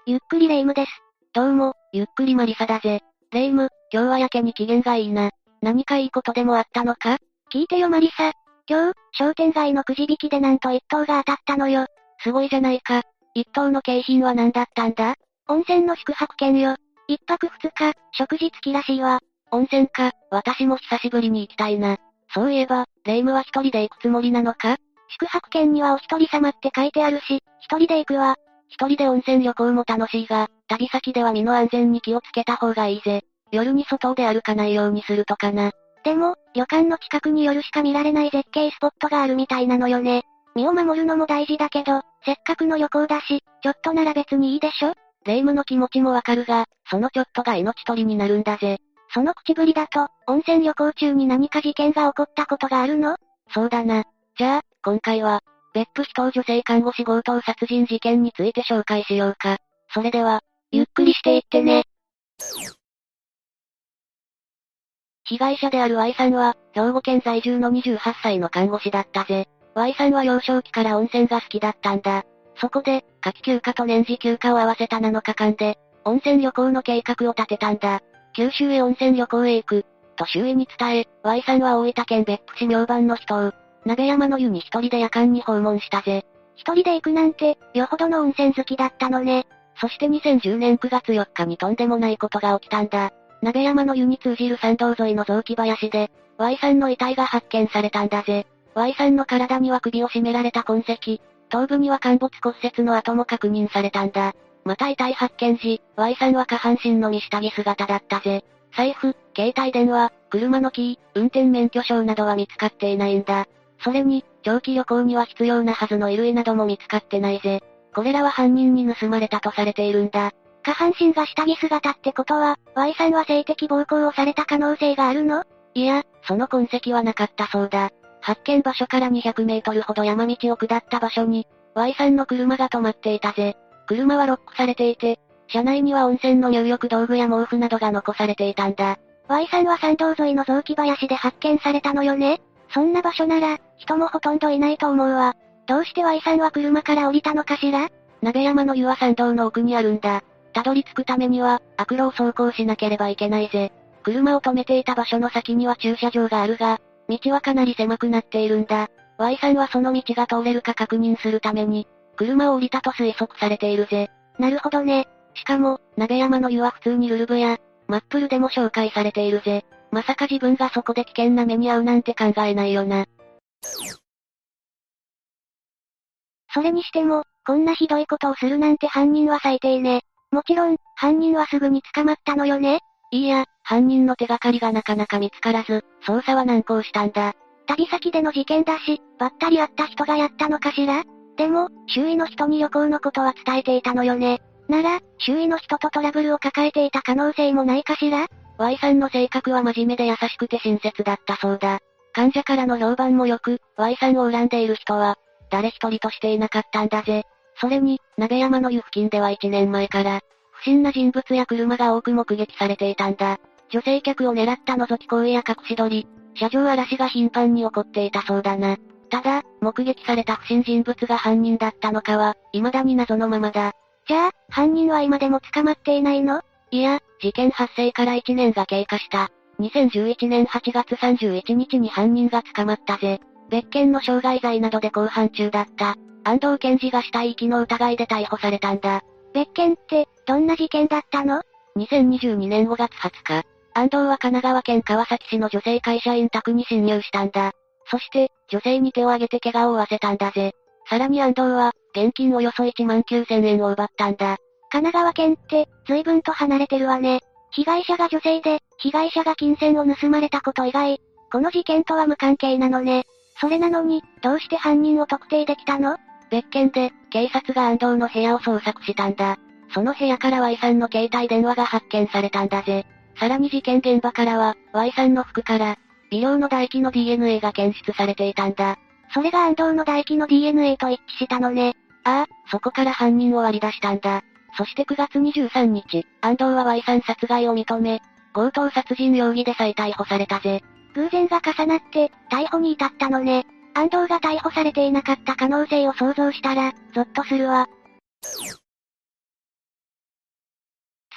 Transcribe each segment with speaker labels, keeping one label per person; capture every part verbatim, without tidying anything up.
Speaker 1: ゆっくりレ夢ムです。
Speaker 2: どうも、ゆっくりマリサだぜ。レ夢ム、今日はやけに機嫌がいいな。何かいいことでもあったのか？
Speaker 1: 聞いてよマリサ。今日、商店街のくじ引きでなんと一等が当たったのよ。
Speaker 2: すごいじゃないか。一等の景品は何だったんだ？
Speaker 1: 温泉の宿泊券よ。一泊二日、食事付きらしいわ。
Speaker 2: 温泉か、私も久しぶりに行きたいな。そういえば、レ夢ムは一人で行くつもりなのか？
Speaker 1: 宿泊券にはお一人様って書いてあるし、一人で行くわ。
Speaker 2: 一人で温泉旅行も楽しいが、旅先では身の安全に気をつけた方がいいぜ。夜に外を出歩かないようにするとかな。
Speaker 1: でも、旅館の近くに夜しか見られない絶景スポットがあるみたいなのよね。身を守るのも大事だけど、せっかくの旅行だし、ちょっとなら別にいいでしょ？
Speaker 2: レ夢ムの気持ちもわかるが、そのちょっとが命取りになるんだぜ。
Speaker 1: その口ぶりだと、温泉旅行中に何か事件が起こったことがあるの？
Speaker 2: そうだな。じゃあ、今回は、別府人女性看護師強盗殺人事件について紹介しようか。それでは、
Speaker 1: ゆっくりしていってね。
Speaker 2: 被害者である Y さんは、兵庫県在住のにじゅうはっさいの看護師だったぜ。Y さんは幼少期から温泉が好きだったんだ。そこで、夏季休暇と年次休暇を合わせたなのかかんで、温泉旅行の計画を立てたんだ。九州へ温泉旅行へ行く、と周囲に伝え、Y さんは大分県別府市明番の秘湯、鍋山の湯に一人で夜間に訪問したぜ。
Speaker 1: 一人で行くなんて、よほどの温泉好きだったのね。
Speaker 2: そしてにせんじゅうねんくがつよっかにとんでもないことが起きたんだ。鍋山の湯に通じる山道沿いの雑木林で、Y さんの遺体が発見されたんだぜ。Y さんの体には首を絞められた痕跡、頭部には陥没骨折の跡も確認されたんだ。また遺体発見時、Y さんは下半身のみ下着姿だったぜ。財布、携帯電話、車のキー、運転免許証などは見つかっていないんだ。それに、長期旅行には必要なはずの衣類なども見つかってないぜ。これらは犯人に盗まれたとされているんだ。
Speaker 1: 下半身が下着姿ってことは、Y さんは性的暴行をされた可能性があるの？
Speaker 2: いや、その痕跡はなかったそうだ。発見場所からにひゃくメートルほど山道を下った場所に、Y さんの車が止まっていたぜ。車はロックされていて、車内には温泉の入浴道具や毛布などが残されていたんだ。
Speaker 1: Y さんは山道沿いの雑木林で発見されたのよね。そんな場所なら、人もほとんどいないと思うわ。どうして Y さんは車から降りたのかしら？
Speaker 2: 鍋山の湯は山道の奥にあるんだ。たどり着くためには、悪路を走行しなければいけないぜ。車を止めていた場所の先には駐車場があるが、道はかなり狭くなっているんだ。Y さんはその道が通れるか確認するために、車を降りたと推測されているぜ。
Speaker 1: なるほどね。
Speaker 2: しかも、鍋山の湯は普通にルルブや、マップルでも紹介されているぜ。まさか自分がそこで危険な目に遭うなんて考えないよな。
Speaker 1: それにしても、こんなひどいことをするなんて犯人は最低ね。もちろん、犯人はすぐに捕まったのよね？
Speaker 2: いいや、犯人の手がかりがなかなか見つからず、捜査は難航したんだ。
Speaker 1: 旅先での事件だし、ばったり会った人がやったのかしら？でも、周囲の人に旅行のことは伝えていたのよね。なら、周囲の人とトラブルを抱えていた可能性もないかしら？
Speaker 2: Y さんの性格は真面目で優しくて親切だったそうだ。患者からの評判も良く、Y さんを恨んでいる人は、誰一人としていなかったんだぜ。それに、鍋山の湯付近ではいちねんまえから、不審な人物や車が多く目撃されていたんだ。女性客を狙った覗き行為や隠し撮り、車上荒らしが頻繁に起こっていたそうだな。ただ、目撃された不審人物が犯人だったのかは、未だに謎のままだ。
Speaker 1: じゃあ、犯人は今でも捕まっていないの？
Speaker 2: いや、事件発生からいちねんが経過した。にせんじゅういちねんはちがつさんじゅういちにちに犯人が捕まったぜ。別件の傷害罪などで公判中だった。安藤健二が死体遺棄の疑いで逮捕されたんだ。
Speaker 1: 別件って、どんな事件だったの？
Speaker 2: にせんにじゅうにねんごがつはつか、安藤は神奈川県川崎市の女性会社員宅に侵入したんだ。そして、女性に手を挙げて怪我を負わせたんだぜ。さらに安藤は、現金およそいちまんきゅうせんえんを奪ったんだ。
Speaker 1: 神奈川県って、随分と離れてるわね。被害者が女性で、被害者が金銭を盗まれたこと以外、この事件とは無関係なのね。それなのに、どうして犯人を特定できたの？
Speaker 2: 別件で、警察が安藤の部屋を捜索したんだ。その部屋から Y さんの携帯電話が発見されたんだぜ。さらに事件現場からは、Y さんの服から、微量の唾液の ディーエヌエー が検出されていたんだ。
Speaker 1: それが安藤の唾液の ディーエヌエー と一致したのね。
Speaker 2: ああ、そこから犯人を割り出したんだ。そしてくがつにじゅうさんにち、安藤は Y さん殺害を認め、強盗殺人容疑で再逮捕されたぜ。
Speaker 1: 偶然が重なって、逮捕に至ったのね。安藤が逮捕されていなかった可能性を想像したら、ゾッとするわ。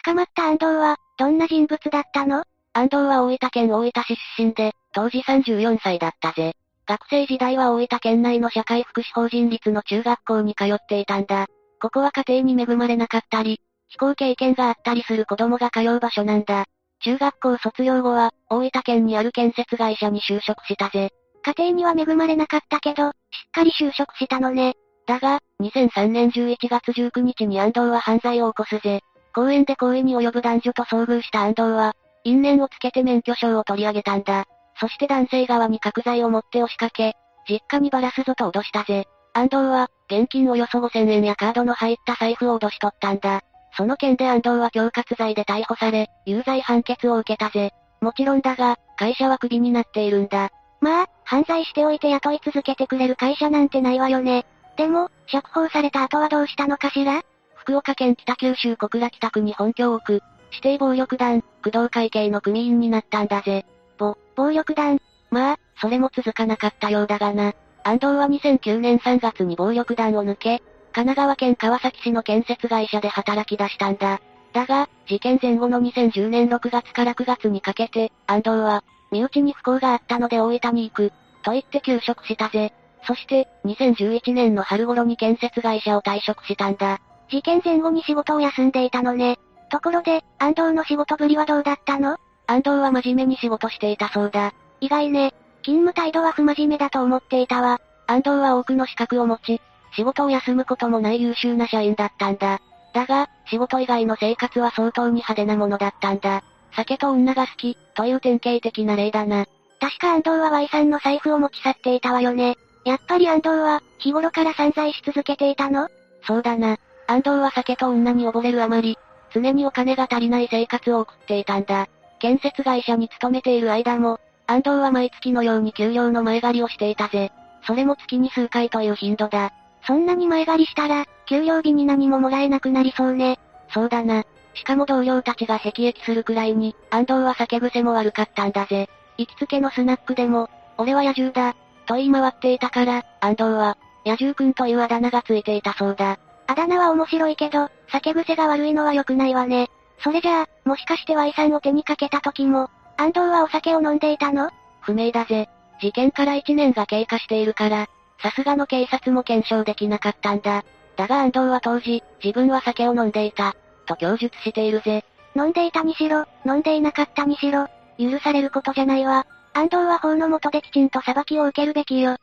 Speaker 1: 捕まった安藤は、どんな人物だったの？
Speaker 2: 安藤は大分県大分市出身で、当時さんじゅうよんさいだったぜ。学生時代は大分県内の社会福祉法人立の中学校に通っていたんだ。ここは家庭に恵まれなかったり、非行経験があったりする子供が通う場所なんだ。中学校卒業後は、大分県にある建設会社に就職したぜ。
Speaker 1: 家庭には恵まれなかったけど、しっかり就職したのね。
Speaker 2: だが、にせんさんねんじゅういちがつじゅうくにちに安藤は犯罪を起こすぜ。公園で行為に及ぶ男女と遭遇した安藤は、因縁をつけて免許証を取り上げたんだ。そして男性側に角材を持って押しかけ、実家にばらすぞと脅したぜ。安藤は、現金およそごせんえんやカードの入った財布を脅し取ったんだ。その件で安藤は恐喝罪で逮捕され、有罪判決を受けたぜ。もちろんだが、会社はクビになっているんだ。
Speaker 1: まあ、犯罪しておいて雇い続けてくれる会社なんてないわよね。でも、釈放された後はどうしたのかしら？
Speaker 2: 福岡県北九州小倉北区に本拠を置く、指定暴力団、工藤会系の組員になったんだぜ。
Speaker 1: ぼ、暴力団。
Speaker 2: まあ、それも続かなかったようだがな。安藤はにせんきゅうねんさんがつに暴力団を抜け、神奈川県川崎市の建設会社で働き出したんだ。だが、事件前後のにせんじゅうねんろくがつからくがつにかけて、安藤は、身内に不幸があったので大分に行く、と言って休職したぜ。そして、にせんじゅういちねんの春頃に建設会社を退職したんだ。
Speaker 1: 事件前後に仕事を休んでいたのね。ところで、安藤の仕事ぶりはどうだったの？
Speaker 2: 安藤は真面目に仕事していたそうだ。
Speaker 1: 意外ね。勤務態度は不真面目だと思っていたわ。
Speaker 2: 安藤は多くの資格を持ち、仕事を休むこともない優秀な社員だったんだ。だが、仕事以外の生活は相当に派手なものだったんだ。酒と女が好き、という典型的な例だな。
Speaker 1: 確か安藤は Y さんの財布を持ち去っていたわよね。やっぱり安藤は、日頃から散財し続けていたの？
Speaker 2: そうだな。安藤は酒と女に溺れるあまり、常にお金が足りない生活を送っていたんだ。建設会社に勤めている間も、安藤は毎月のように給料の前借りをしていたぜ。それも月に数回という頻度だ。
Speaker 1: そんなに前借りしたら、給料日に何ももらえなくなりそうね。
Speaker 2: そうだな。しかも同僚たちが辟易するくらいに、安藤は酒癖も悪かったんだぜ。行きつけのスナックでも、俺は野獣だ、と言い回っていたから、安藤は、野獣くんというあだ名がついていたそうだ。
Speaker 1: あだ名は面白いけど、酒癖が悪いのは良くないわね。それじゃあ、もしかして Y さんを手にかけた時も、安藤はお酒を飲んでいたの？
Speaker 2: 不明だぜ。事件からいちねんが経過しているから、さすがの警察も検証できなかったんだ。だが安藤は当時、自分は酒を飲んでいた、と供述しているぜ。
Speaker 1: 飲んでいたにしろ、飲んでいなかったにしろ、許されることじゃないわ。安藤は法の下できちんと裁きを受けるべきよ。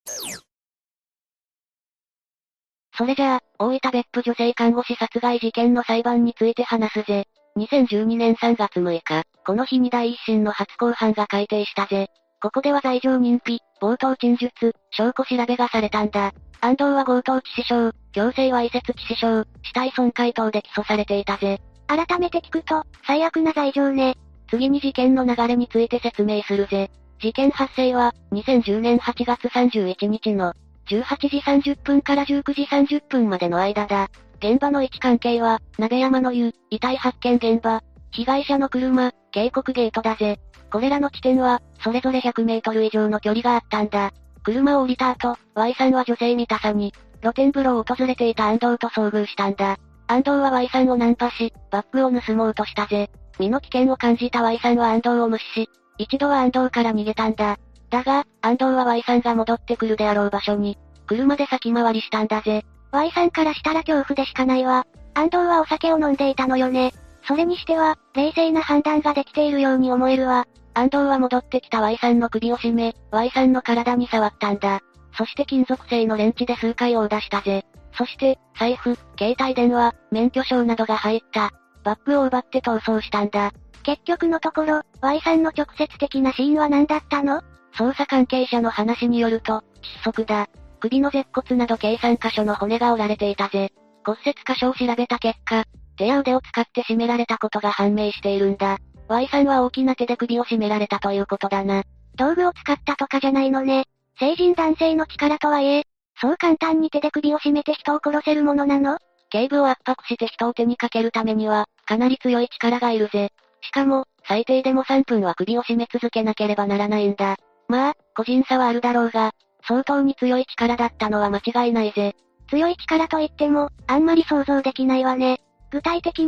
Speaker 2: それじゃあ、大分別府女性看護師殺害事件の裁判について話すぜ。にせんじゅうにねんさんがつむいか、この日に第一審の初公判が改定したぜ。ここでは罪状認否、冒頭陳述、証拠調べがされたんだ。安藤は強盗致死傷、強制わいせつ致死傷、死体損壊等で起訴されていたぜ。
Speaker 1: 改めて聞くと、最悪な罪状ね。
Speaker 2: 次に事件の流れについて説明するぜ。事件発生は、にせんじゅうねんはちがつさんじゅういちにちの、じゅうはちじさんじゅっぷんからじゅうくじさんじゅっぷんまでの間だ。現場の位置関係は、鍋山の湯、遺体発見現場、被害者の車、渓谷ゲートだぜ。これらの地点は、それぞれひゃくメートル以上の距離があったんだ。車を降りた後、Y さんは女性見たさに、露天風呂を訪れていた安藤と遭遇したんだ。安藤は Y さんをナンパし、バッグを盗もうとしたぜ。身の危険を感じた Y さんは安藤を無視し、一度は安藤から逃げたんだ。だが、安藤は Y さんが戻ってくるであろう場所に、車で先回りしたんだぜ。
Speaker 1: Y さんからしたら恐怖でしかないわ。安藤はお酒を飲んでいたのよね。それにしては、冷静な判断ができているように思えるわ。
Speaker 2: 安藤は戻ってきた Y さんの首を絞め、Y さんの体に触ったんだ。そして金属製のレンチで数回を出したぜ。そして、財布、携帯電話、免許証などが入った、バッグを奪って逃走したんだ。
Speaker 1: 結局のところ、Y さんの直接的な死因は何だったの？
Speaker 2: 捜査関係者の話によると、窒息だ。首の舌骨など計さんかしょの骨が折られていたぜ。骨折箇所を調べた結果、手や腕を使って絞められたことが判明しているんだ。Y さんは大きな手で首を絞められたということだな。
Speaker 1: 道具を使ったとかじゃないのね。成人男性の力とはいえ、そう簡単に手で首を絞めて人を殺せるものなの？
Speaker 2: 頸部を圧迫して人を手にかけるためには、かなり強い力がいるぜ。しかも、最低でもさんぷんは首を絞め続けなければならないんだ。まあ、個人差はあるだろうが、相当に強い力だったのは間違いないぜ。
Speaker 1: 強い力といっても、あんまり想像できないわね。具体的に、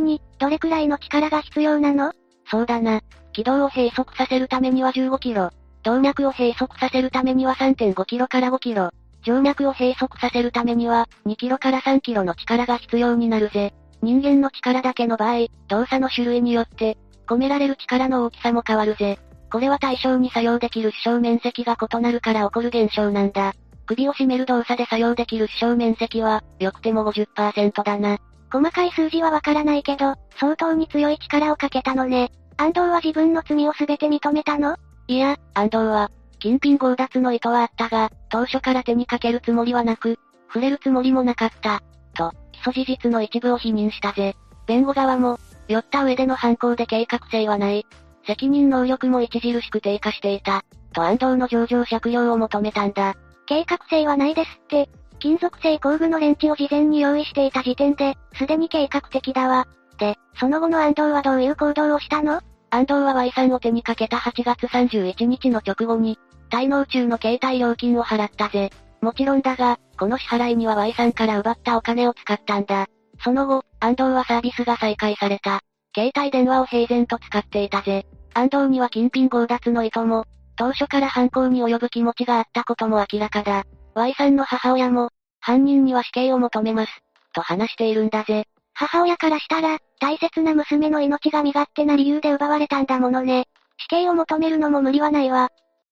Speaker 1: どれくらいの力が必要なの？
Speaker 2: そうだな。気道を閉塞させるためにはじゅうごキロ。動脈を閉塞させるためには さんてんごキロからごキロ。静脈を閉塞させるためには、にキロからさんキロの力が必要になるぜ。人間の力だけの場合、動作の種類によって、込められる力の大きさも変わるぜ。これは対象に作用できる視床面積が異なるから起こる現象なんだ。首を絞める動作で作用できる視床面積は、よくても ごじゅっパーセント だな。
Speaker 1: 細かい数字はわからないけど、相当に強い力をかけたのね。安藤は自分の罪をすべて認めたの？
Speaker 2: いや、安藤は、金品強奪の意図はあったが、当初から手にかけるつもりはなく、触れるつもりもなかった。と、起訴事実の一部を否認したぜ。弁護側も、酔った上での犯行で計画性はない。責任能力も著しく低下していた。と安藤の情状酌量を求めたんだ。
Speaker 1: 計画性はないですって。金属製工具のレンチを事前に用意していた時点で、すでに計画的だわ。で、その後の安藤はどういう行動をしたの？
Speaker 2: 安藤は Y さんを手にかけたはちがつさんじゅういちにちの直後に、滞納中の携帯料金を払ったぜ。もちろんだが、この支払いには Y さんから奪ったお金を使ったんだ。その後、安藤はサービスが再開された。携帯電話を平然と使っていたぜ。安藤には金品強奪の意図も、当初から犯行に及ぶ気持ちがあったことも明らかだ。Y さんの母親も、犯人には死刑を求めます。と話しているんだぜ。
Speaker 1: 母親からしたら、大切な娘の命が身勝手な理由で奪われたんだものね。死刑を求めるのも無理はないわ。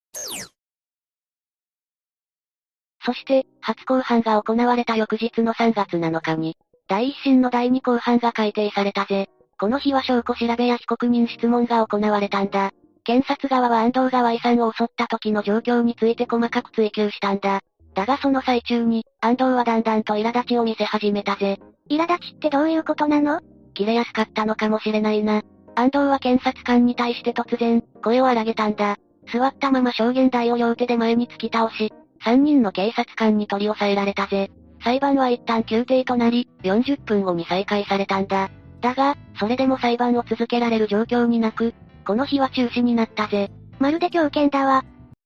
Speaker 2: そして、初公判が行われた翌日のさんがつなのかに、第一審のだいに公判が改定されたぜ。この日は証拠調べや被告人質問が行われたんだ。検察側は安藤が Y さんを襲った時の状況について細かく追及したんだ。だがその最中に、安藤はだんだんと苛立ちを見せ始めたぜ。
Speaker 1: 苛立ちってどういうことなの？
Speaker 2: 切れやすかったのかもしれないな。安藤は検察官に対して突然、声を荒げたんだ。座ったまま証言台を両手で前に突き倒し、さんにんの警察官に取り押さえられたぜ。裁判は一旦休廷となり、よんじゅっぷんごに再開されたんだ。だが、それでも裁判を続けられる状況になく、この日は中止になったぜ。
Speaker 1: まるで狂犬だわ。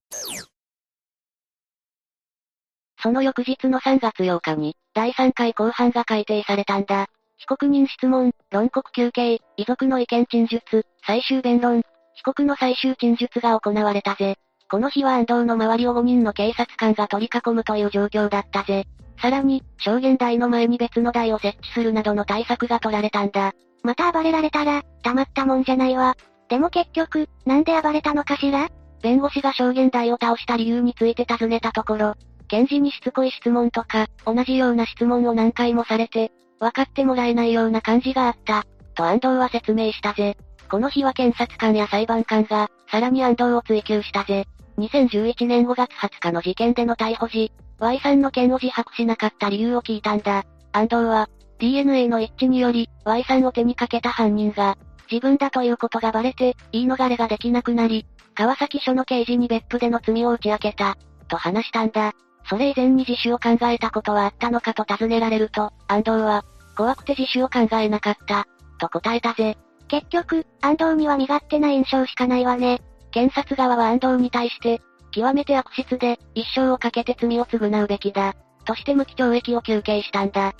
Speaker 2: その翌日のさんがつようかに、だいさんかい公判が改定されたんだ。被告人質問、論告求刑、遺族の意見陳述、最終弁論、被告の最終陳述が行われたぜ。この日は安藤の周りをごにんの警察官が取り囲むという状況だったぜ。さらに、証言台の前に別の台を設置するなどの対策が取られたんだ。
Speaker 1: また暴れられたら、たまったもんじゃないわ。でも結局、なんで暴れたのかしら？
Speaker 2: 弁護士が証言台を倒した理由について尋ねたところ、検事にしつこい質問とか、同じような質問を何回もされて、分かってもらえないような感じがあった、と安藤は説明したぜ。この日は検察官や裁判官が、さらに安藤を追及したぜ。にせんじゅういちねんごがつはつかの事件での逮捕時、Y さんの件を自白しなかった理由を聞いたんだ。安藤は、ディーエヌエー の一致により、Y さんを手にかけた犯人が、自分だということがバレて、言い逃れができなくなり、川崎署の刑事に別府での罪を打ち明けた、と話したんだ。それ以前に自首を考えたことはあったのかと尋ねられると、安藤は、怖くて自首を考えなかった、と答えたぜ。
Speaker 1: 結局、安藤には身勝手な印象しかないわね。
Speaker 2: 検察側は安藤に対して、極めて悪質で、一生をかけて罪を償うべきだ、として無期懲役を求刑したんだ。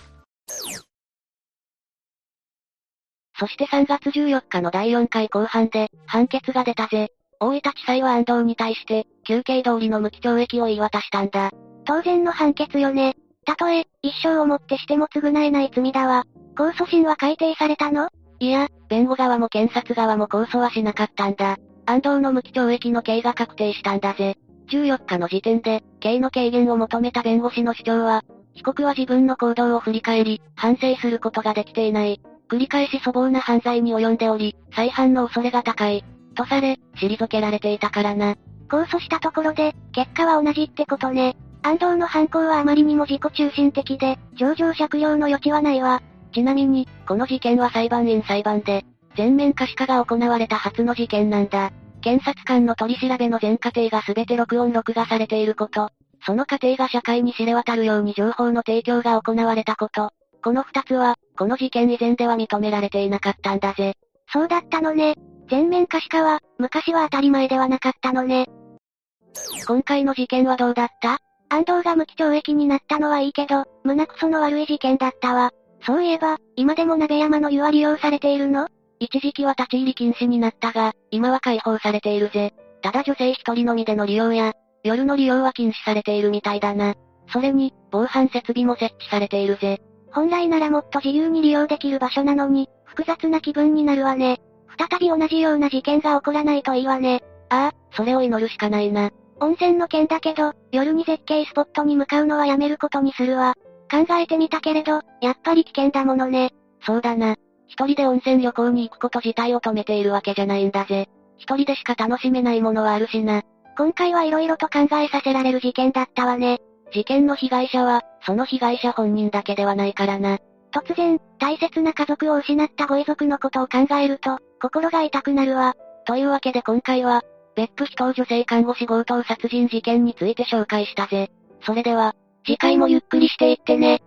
Speaker 2: そしてさんがつじゅうよっかのだいよんかい公判で、判決が出たぜ。大分地裁は安藤に対して、求刑通りの無期懲役を言い渡したんだ。
Speaker 1: 当然の判決よね。たとえ、一生をもってしても償えない罪だわ。控訴審は改定されたの？
Speaker 2: いや、弁護側も検察側も控訴はしなかったんだ。安藤の無期懲役の刑が確定したんだぜ。じゅうよっかの時点で、刑の軽減を求めた弁護士の主張は、被告は自分の行動を振り返り、反省することができていない。繰り返し粗暴な犯罪に及んでおり、再犯の恐れが高い。とされ、退けられていたからな。
Speaker 1: 控訴したところで、結果は同じってことね。安藤の犯行はあまりにも自己中心的で、情状酌量の余地はないわ。
Speaker 2: ちなみに、この事件は裁判員裁判で、全面可視化が行われた初の事件なんだ。検察官の取り調べの全過程が全て録音録画されていること、その過程が社会に知れ渡るように情報の提供が行われたこと、この二つは、この事件以前では認められていなかったんだぜ。
Speaker 1: そうだったのね。全面可視化は、昔は当たり前ではなかったのね。
Speaker 2: 今回の事件はどうだった？
Speaker 1: 安藤が無期懲役になったのはいいけど、胸くその悪い事件だったわ。 そういえば、今でも鍋山の湯は利用されているの？
Speaker 2: 一時期は立ち入り禁止になったが、今は開放されているぜ。ただ女性一人のみでの利用や、夜の利用は禁止されているみたいだな。それに、防犯設備も設置されているぜ。
Speaker 1: 本来ならもっと自由に利用できる場所なのに、複雑な気分になるわね。再び同じような事件が起こらないといいわね。
Speaker 2: ああ、それを祈るしかないな。
Speaker 1: 温泉の件だけど、夜に絶景スポットに向かうのはやめることにするわ。考えてみたけれど、やっぱり危険だものね。
Speaker 2: そうだな。一人で温泉旅行に行くこと自体を止めているわけじゃないんだぜ。一人でしか楽しめないものはあるしな。
Speaker 1: 今回は色々と考えさせられる事件だったわね。
Speaker 2: 事件の被害者は、その被害者本人だけではないからな。
Speaker 1: 突然、大切な家族を失ったご遺族のことを考えると、心が痛くなるわ。
Speaker 2: というわけで今回は、別府非等女性看護師強盗殺人事件について紹介したぜ。それでは、次回もゆっくりしていってね。